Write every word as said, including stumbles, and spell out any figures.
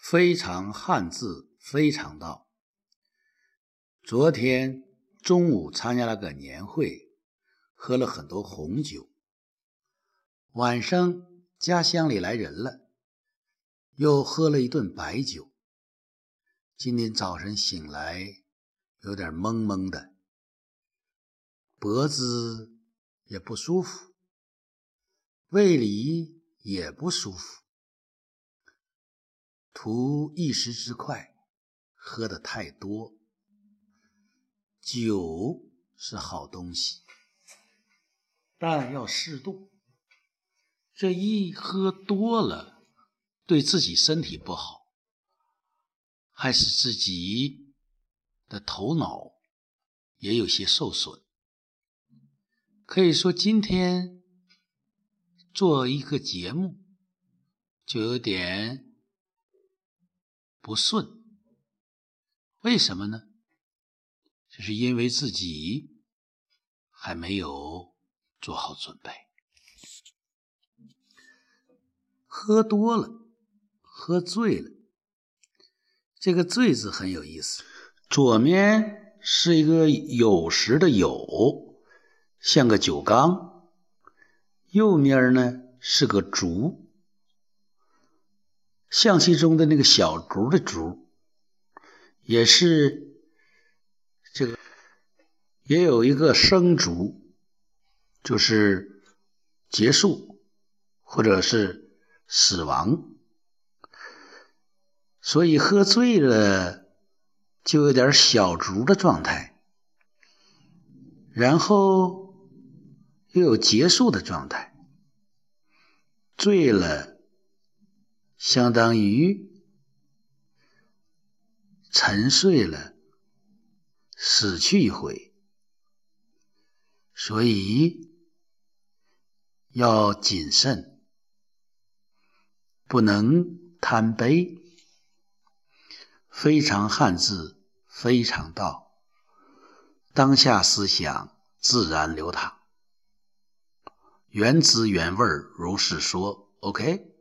非常汉字，非常道。昨天中午参加了个年会，喝了很多红酒。晚上家乡里来人了，又喝了一顿白酒。今天早晨醒来有点懵懵的，脖子也不舒服，胃里也不舒服，图一时之快，喝得太多。酒是好东西，但要适度。这一喝多了，对自己身体不好，还使自己的头脑也有些受损。可以说今天做一个节目就有点不顺。为什么呢？就是因为自己还没有做好准备。喝多了，喝醉了。这个醉字很有意思，左面是一个有时的有，像个酒缸，右面呢是个竹，象棋中的那个小竹的竹，也是这个，也有一个生竹，就是结束或者是死亡。所以喝醉了就有点小竹的状态，然后又有结束的状态。醉了相当于沉睡了，死去一回。所以要谨慎，不能贪杯。非常汉字，非常道，当下思想自然流淌，原汁原味如是说。 OK。